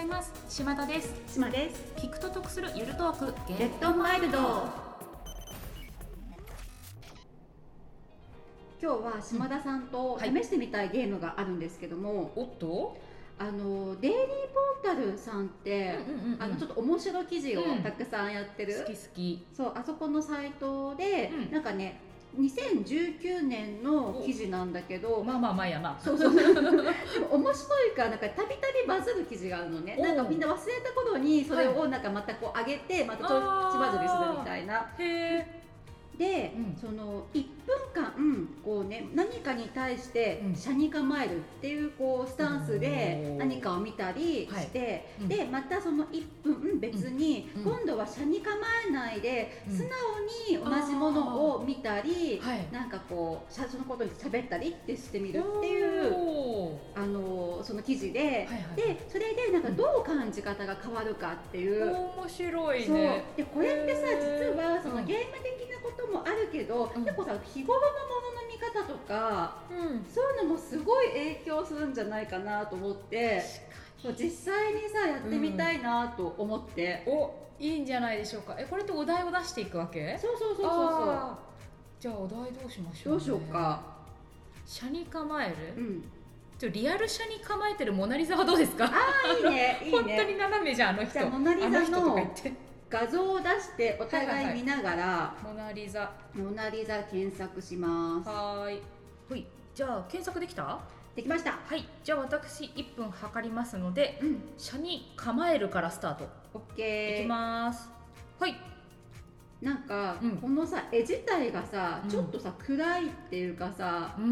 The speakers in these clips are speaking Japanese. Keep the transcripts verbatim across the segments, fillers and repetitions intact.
ます。島田です。 島です。 聞くと得するゆるトーク、 ゲットマイルド。今日は島田さんと試してみたいゲームがあるんですけども、 おっとあのデイリーポータルさんって、うんうんうん、あのちょっと面白記事をたくさんやってる、 うん、好き好き。 そうあそこのサイトで、うん、なんかねにせんじゅうきゅうねんの記事なんだけど、 まあまあ前やな。 そうそうでも面白いからなんかたびたびバズる記事があるのね。なんかみんな忘れた頃にそれをなんかまたこう上げてまたちょっとバズりするみたいな。 へー。 で、うん、そのいっぷんかんこう、ね、何かに対して斜に構えるっていう、こうスタンスで何かを見たりして、はいうん、でまたそのいっぷん別に今度は斜に構えないで、うん、素直に同じものを見たり、はい、なんかこうそのことに喋ったりってしてみるっていうあのその記事で、はいはい、でそれでなんかどう感じ方が変わるかっていう、うん、 面白いね。 そうでこれってさ実はそのゲーム的なこともあるけど、うん、結構さ日頃のものの見方とか、うん、そういうのもすごい影響するんじゃないかなと思って実際にさやってみたいなと思って、 うん、おいいんじゃないでしょうか。えこれってお題を出していくわけ？ そうそうそうそうそうじゃあお題どうしましょう、ね、 どうしようか。 斜に構える、うん、 ちょリアル斜に構えてるモナリザはどうですか？ あーいいねいいね本当に斜めじゃんあの人。 じゃあモナリザの画像を出してお互い見ながら、はいはいはい、モナリザモナリザ検索します。 はい。ほい。じゃあ検索できた？ できました。 はい。じゃあ私いっぷん測りますので、うん、斜に構えるからスタート。 オッケー。 いきます。はい。 なんか、うん、このさ絵自体がさ、うん、ちょっとさ暗いっていうかさ、うん、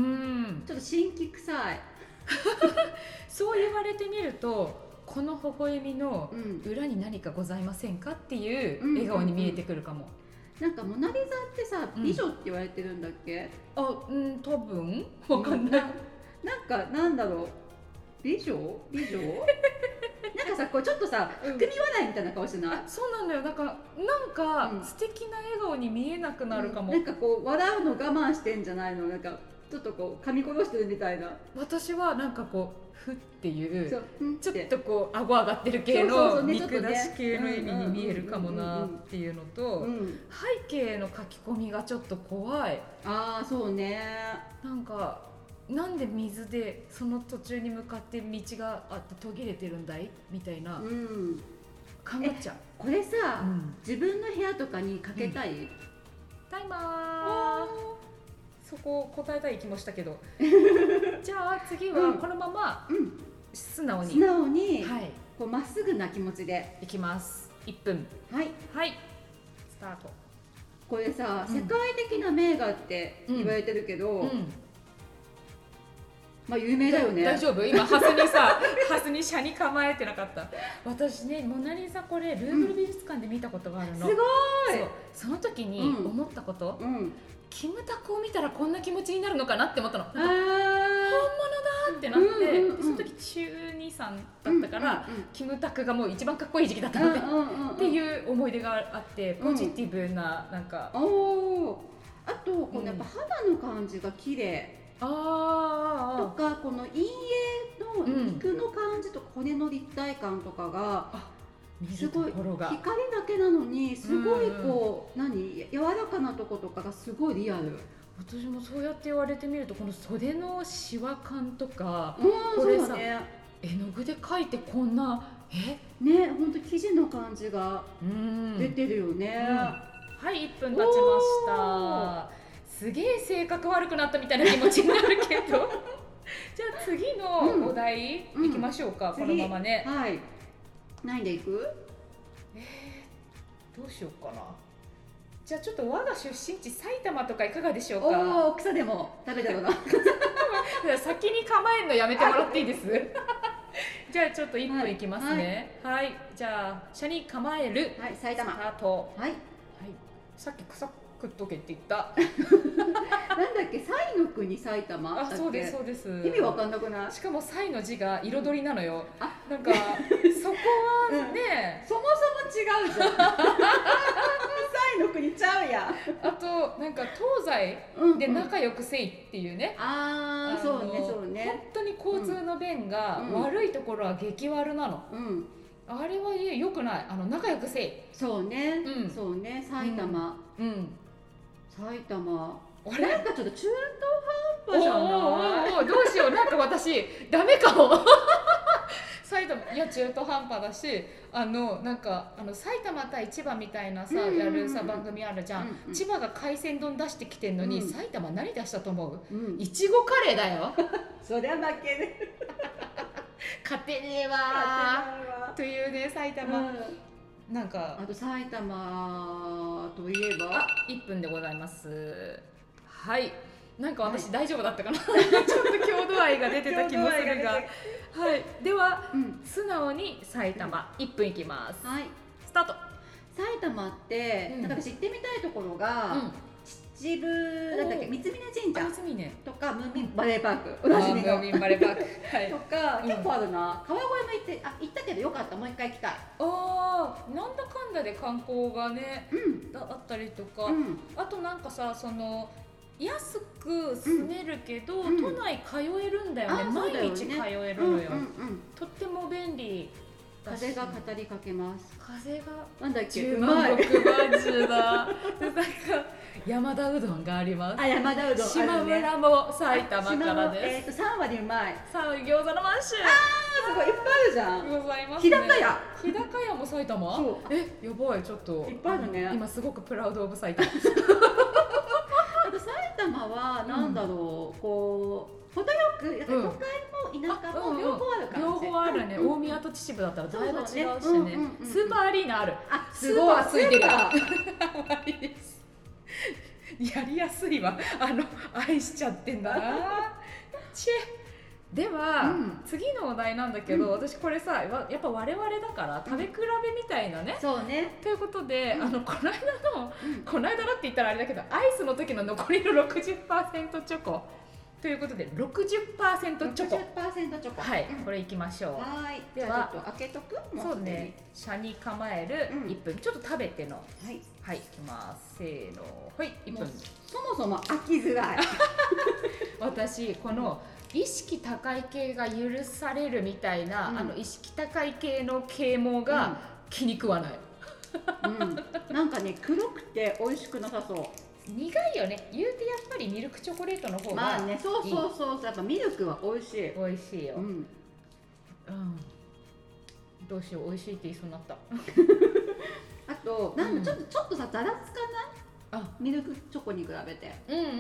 ちょっと神気臭い。 そう言われてみると。この微笑みの裏に何かございませんかっていう笑顔に見えてくるかも。 なんかモナリザってさ美女って言われてるんだっけ？ うん、あ、うん、多分わかんない。 なんかなんだろう美女美女なんかさこうちょっとさ含み笑いみたいな顔してない？ そうなんだよ。なんかなんか素敵な笑顔に見えなくなるかも。 うん、なんかこう笑うの我慢してんじゃないの？なんかちょっとこう噛み殺してるみたいな。 私はなんかこうふっていうちょっとこう顎上がってる系の見下し系の意味に見えるかもなっていうのと、背景の書き込みがちょっと怖い。 ああそうね。 なんかなんで水でその途中に向かって道があって途切れてるんだいみたいな、うん、考えちゃう。 これさ、うん、自分の部屋とかにかけたい、うん、 タイマー。そこ答えたい気もしたけどじゃあ次はこのまま素直に、 素直に、はい、こうまっすぐな気持ちでいきます。いっぷん。はいはいスタート。 これさ、うん、世界的な名画って言われてるけど、うんうん、まあ有名だよね。 大丈夫？今ハスにさハスに斜に構えてなかった。私ねモナリザこれルーブル美術館で見たことがあるの、 うん、すごい。 そうその時に思ったこと、うんうんキムタクを見たらこんな気持ちになるのかなって思ったの。なんか本物だってなって、うんうんうん、その時中にさんだったから、うんうんうん、キムタクがもう一番かっこいい時期だったので、うんうんうんうん、っていう思い出があってポジティブななんか、 うん、おあとこのやっぱ肌の感じが綺麗、うん、あとかこの陰影の肉の感じとか骨の立体感とかが、うんすごい光だけなのにすごいこう、うん、何柔らかなとことかがすごいリアル。 私もそうやって言われてみるとこの袖のシワ感とか、 うん、これさ、ね、 絵の具で描いてこんなえね本当生地の感じが出てるよね、うんうん、 はいいっぷん経ちました。すげえ性格悪くなったみたいな気持ちになるけどじゃあ次のお題、うん、いきましょうか、このままね。 はい何でいく？ えー、どうしようかな。じゃあちょっと我が出身地埼玉とかいかがでしょうか。 おお草でも食べたことない先に構えるのやめてもらっていいですじゃあちょっといっぷんいきますね。はい、はいはい、じゃあ斜に構える、 はい、埼玉スタート。 はい、はい、 さっき草食っとけって言ったなんだっけ彩の国埼玉だっけ。 あそうですそうです。 意味わかんなくない？ しかも彩の字が彩りなのよ、うん、あなんかそこはね、 うん、そもそも違うじゃん彩の国ちゃうやあとなんか東西で仲良くせいっていうね、 うんうん、ああそうねそうね。 本当に交通の便が悪いところは激悪なの、 うん、 あれはよくない。あの仲良くせい。 そうね、 うん、 そうね、埼玉、うん、うん、埼玉あれなんかちょっと中途半端じゃない？ おーおーおーどうしよう、なんか私ダメかも埼玉いや中途半端だし、あのなんかあの埼玉対千葉みたいなさ、うんうんうん、やるさ番組あるじゃん、うんうん、千葉が海鮮丼出してきてんのに、うん、埼玉何出したと思う？いちごカレーだよそりゃ負けね勝てねえわというね埼玉、うん、なんかあと埼玉といえばあいっぷんでございます。はい、なんか私大丈夫だったかなちょっと郷土愛が出てた気もするがはい、では、うん、素直に埼玉、うん、いっぷんいきます。はい、スタート。 埼玉って、うん、なんか知ってみたいところが、うん、秩父なんだっけ、三峯神社とかムーミンバレーパーク、 同じムーミンバレーパークとか結構あるな。川越も行ってあ行ったけどよかった、もう一回行きたい。 ああ、なんだかんだで観光がね、うん、あったりとか、うん、あとなんかさ、その安く住めるけど、うん、都内通えるんだよね、毎日通えるのよ、うんうんうん、とっても便利。 風が語りかけます。 風がなんだっけ、 じゅうまんろくまんじゅうだなんか山田うどんがあります。 あ、山田うどん島村も埼玉からです。 えー、とさん割うまい。 さん餃子のマッシュ。 あー、すごいいっぱいあるじゃん。 ございますね。 日高屋。 日高屋も埼玉？そう。え、やばい、ちょっといっぱいあるね。 今すごくプラウドオブ埼玉。 あと埼玉はなんだろう、うん、こう程よく都会も田舎も両方あるから、ね、 両方あるね、うん、大宮と秩父だったらだいぶ違うしね、スーパーアリーナある。あ、すごいついてるやりやすいわ、あの愛しちゃってんだなチェでは、うん、次のお題なんだけど、うん、私これさやっぱ我々だから食べ比べみたいなね、 うん、そうねということで、うん、あのこの間の、うん、この間のって言ったらあれだけどアイスの時の残りの ろくじゅっパーセント チョコということで ろくじゅっパーセント チョコろくじゅっパーセント チョコ、 はい、うん、これいきましょう。 はい、 ではちょっと開けとく。 そうね、車に構えるいっぷん、うん、ちょっと食べてのはいはい、いきますせーの、はいいっぷん。 そもそも飽きづらい私この意識高い系が許されるみたいな、うん、あの意識高い系の啓蒙が気に食わない、 うんうん、なんかね黒くて美味しくなさそう。 苦いよね、言うてやっぱりミルクチョコレートの方がまあね、そうそうそう、やっぱミルクは美味しい。 美味しいよ、うん、うん、どうしよう、美味しいって言いそうになったあとなんかちょっと、うん、ちょっとさざらつかない？あ、ミルクチョコに比べてうんうんうん、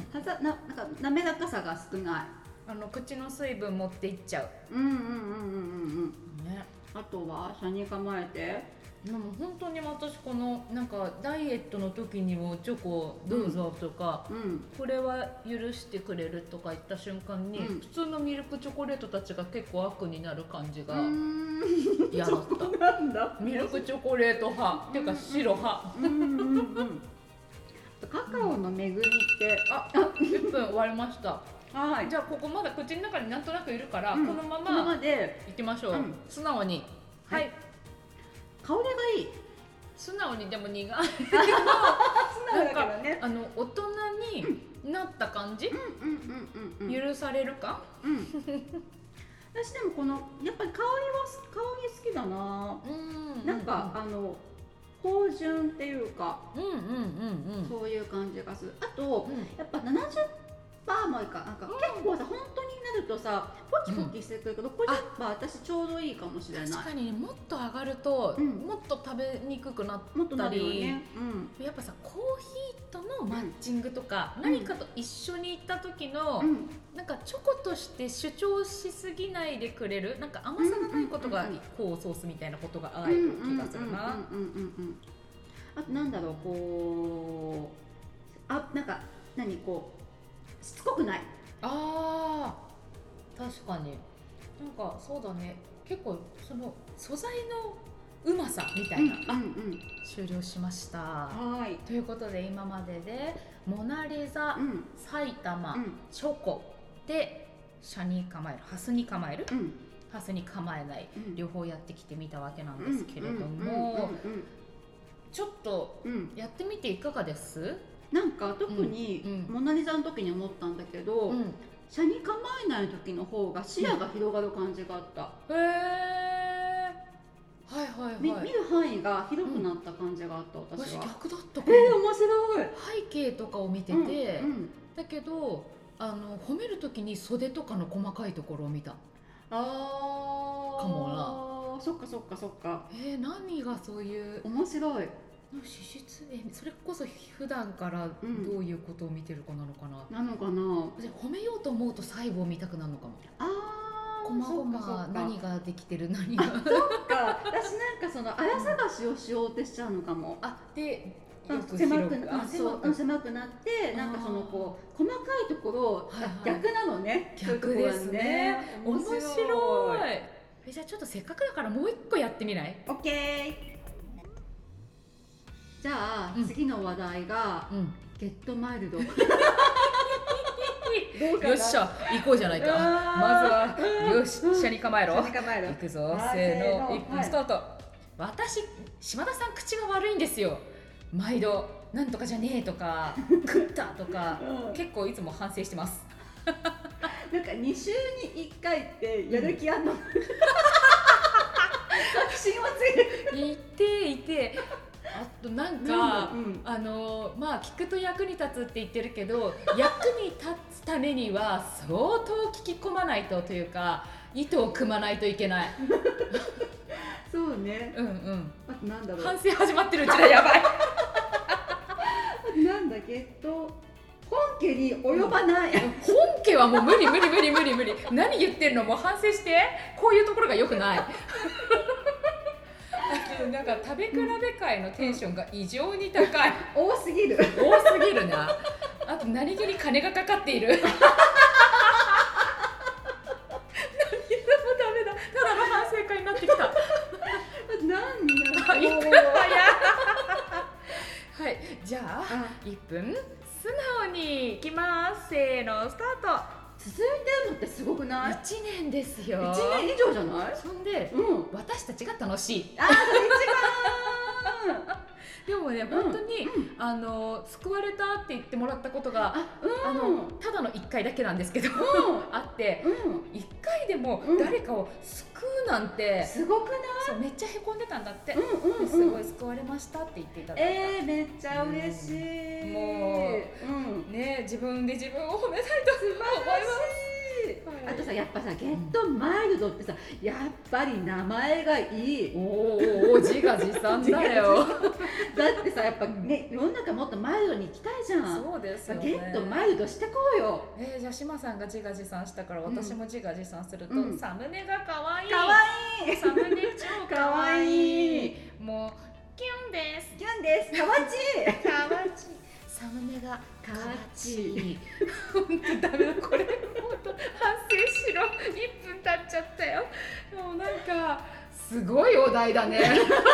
ただな、なんか滑らかさが少ない。 あの口の水分持っていっちゃう。 うんうんうんうんうんうんね。あとは車に構えてでも本当に私このなんかダイエットの時にもチョコどうぞとか、うん、これは許してくれるとか言った瞬間に、うん、普通のミルクチョコレートたちが結構悪になる感じが嫌だったなんだミルクチョコレート派っていうか白派うんうんうん、うん、 カカオの恵みってあいっぷん終わりました。はい、じゃあここまだ口の中になんとなくいるから、うん、このままいきましょう、うん、素直にはい、はい、 香りがいい。 素直にでも苦い素直だけどね、 あの大人になった感じ、許されるか、うん、 私でもこのやっぱり香りは香り好きだな。うん、なんかあの芳醇っていうか、うんうんうんうん、そういう感じがする。あと、うん、やっぱななじゅっパーセントもいいかなんか、うん、結構さ本当になるとさポキポキしてくるけど、うん、ろくじゅっパーセント私ちょうどいいかもしれない。 確かにもっと上がると、うん、もっと食べにくくなったり、ね、うん、やっぱさコーヒーとのマッチングとか、うん、何かと一緒に行った時の、うん、なんかチョコとして主張しすぎないでくれるなんか甘さがないことがこうソースみたいなことがある気がするな。 あとなんだろうこうあなんか何こうしつこくない。 あー確かになんかそうだね、結構その素材のうまさみたいな、うんうんうん、終了しました。はいということで今まででモナリザ、うん、埼玉、うん、チョコで車に構えるハスに構える、うん、ハスに構えない、うん、両方やってきてみたわけなんですけれども、ちょっとやってみていかがです？ なんか特にモナリザの時に思ったんだけど、うん、車に構えない時の方が視野が広がる感じがあった、 うん、へはい、 見る範囲が広くなった感じがあった、うん、私は。 私逆だったかも。えー、面白い。 背景とかを見てて、うんうん、だけどあの褒めるときに袖とかの細かいところを見た。あかもな。そっかそっかそっか。 えー、何がそういう面白い。 資質えそれこそ普段からどういうことを見てるかなのかな、 うん、なのかな。 褒めようと思うと細部を見たくなるのかも。ああ、こまごま何ができてる何がそっか私なんかそのあら探しをしようってしちゃうのかも。 あで狭くな狭く狭くなってなんかそのこう細かいところ逆なのね。 逆ですね。面白い。えじゃあちょっとせっかくだからもう一個やってみない？ オーケー。じゃあ、うん、次の話題が、うん、ゲットマイルド。どうかよっしゃ行こうじゃないか。まずはよし車に構えろ。行くぞせーのいっぷんスタート。はい、私島田さん口が悪いんですよ。毎度なんとかじゃねえとか食ったとか、うん、結構いつも反省してます。 なんかに週にいっかいってやる気あんの？うん、確信をつける。 いていて。あとなんか、うん、あのまあ聞くと役に立つって言ってるけど役に立つためには相当聞き込まないとというか意図を組まないといけない。 そうね。 うんうん。 あとなんだろう。 反省始まってるうちらやばい。 なんだゲット本家に及ばない。 本家はもう無理無理無理無理無理。何言ってるのもう反省して。こういうところが良くない。なんか食べ比べ会のテンションが異常に高い。 多すぎる。 多すぎるな。あと何気に金がかかっている。何でもダメだ。ただの反省会になってきた。 なんだ。 いくらや。はい、じゃあいっぷん素直にいきます。せーのスタート。 続いてるのってすごくない？ いちねんですよ。 いちねん以上じゃない？ そんで、うん、私たちが楽しい。 あー、それ一番でもね、うん、本当に、うん、あの救われたって言ってもらったことが あ、うん、あのただのいっかいだけなんですけど、うん、あって、うん、いっかいでも誰かを救うなんて、 うん、すごくない？ そうめっちゃへこんでたんだって、 うんうんうん、 すごい救われましたって言っていただいた。 えー、めっちゃ嬉しい、 うん、もう、うん、ね自分で自分を褒めたいと思います。 あとさやっぱさゲットマイルドってさやっぱり名前がいい。 おお自画自賛だよ。 だってさやっぱね世の中もっとマイルドに行きたいじゃん。 そうですよね。 ゲットマイルドしてこうよ。 えー、じゃあ島さんが自画自賛したから私も自画自賛すると、うん、サムネが可愛い。 可愛い。 サムネ超可愛い。もうキュンです。 キュンです。かわちい。 かわちい。サムネがかわちい。本当ダメだこれ。本当反省しろ。いっぷん経っちゃったよ。もうなんかすごいお題だね。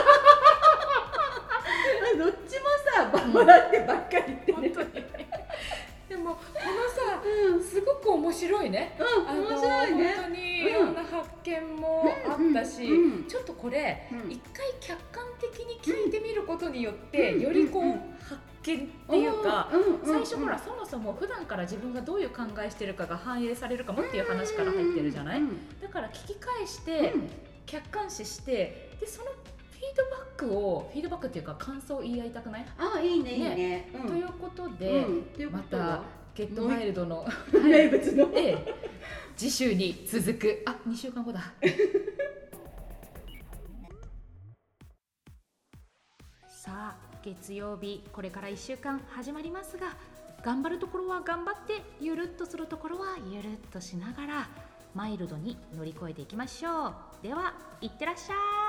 どっちもさバラってばっかり言ってね。 本当に。でもこのさ、うん、すごく面白いね。 うん、あの面白いね。 本当にいろんな発見もあったし、うんうん、ちょっとこれ一、うん、回客観的に聞いてみることによって、うん、よりこう、うんうん、発見っていうか、うん、最初ほら、うん、そもそも普段から自分がどういう考えしてるかが反映されるかもっていう話から入ってるじゃない、うん、だから聞き返して、うん、客観視してでそのフィードバックをフィードバックっていうか感想を言い合いたくない？ ああいいねいいね、 うん、ということで、うん、またゲットマイルドの名物の、 ええ、次週に続く。あにしゅうかんごだ。さあ月曜日これからいっしゅうかん始まりますが頑張るところは頑張ってゆるっとするところはゆるっとしながらマイルドに乗り越えていきましょう。ではいってらっしゃい。